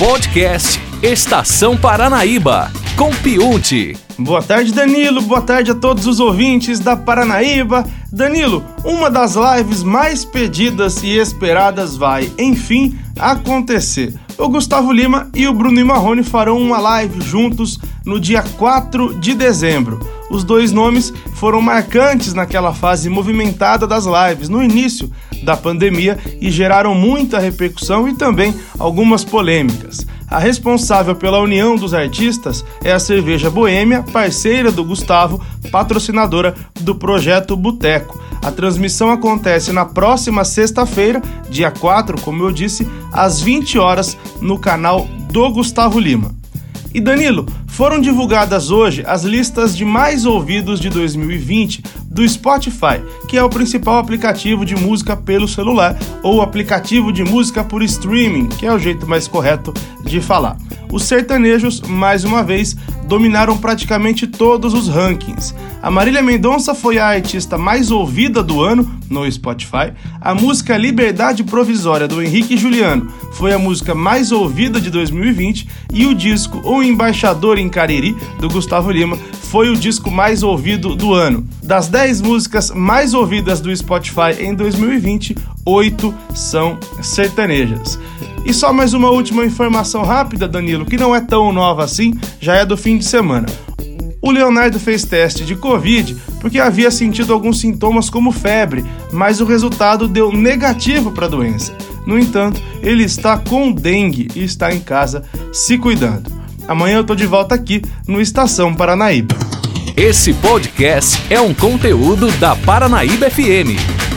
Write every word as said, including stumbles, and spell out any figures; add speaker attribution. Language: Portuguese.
Speaker 1: Podcast Estação Paranaíba, com Piunte.
Speaker 2: Boa tarde, Danilo. Boa tarde a todos os ouvintes da Paranaíba. Danilo, uma das lives mais pedidas e esperadas vai, enfim, acontecer. O Gustavo Lima e o Bruno Marrone farão uma live juntos no dia quatro de dezembro. Os dois nomes foram marcantes naquela fase movimentada das lives, no início da pandemia, e geraram muita repercussão e também algumas polêmicas. A responsável pela união dos artistas é a Cerveja Boêmia, parceira do Gustavo, patrocinadora do Projeto Boteco. A transmissão acontece na próxima sexta-feira, dia quatro, como eu disse, às vinte horas, no canal do Gustavo Lima. E Danilo, foram divulgadas hoje as listas de mais ouvidos de dois mil e vinte do Spotify, que é o principal aplicativo de música pelo celular, ou aplicativo de música por streaming, que é o jeito mais correto de falar. Os sertanejos, mais uma vez, dominaram praticamente todos os rankings. A Marília Mendonça foi a artista mais ouvida do ano no Spotify. A música Liberdade Provisória, do Henrique Juliano, foi a música mais ouvida de dois mil e vinte. E o disco O Embaixador em Cariri, do Gustavo Lima, foi o disco mais ouvido do ano. Das dez músicas mais ouvidas do Spotify em dois mil e vinte, oito são sertanejas. E só mais uma última informação rápida, Danilo, que não é tão nova assim, já é do fim de semana. O Leonardo fez teste de Covid porque havia sentido alguns sintomas como febre, mas o resultado deu negativo para a doença. No entanto, ele está com dengue e está em casa se cuidando. Amanhã eu tô de volta aqui no Estação Paranaíba.
Speaker 1: Esse podcast é um conteúdo da Paranaíba F M.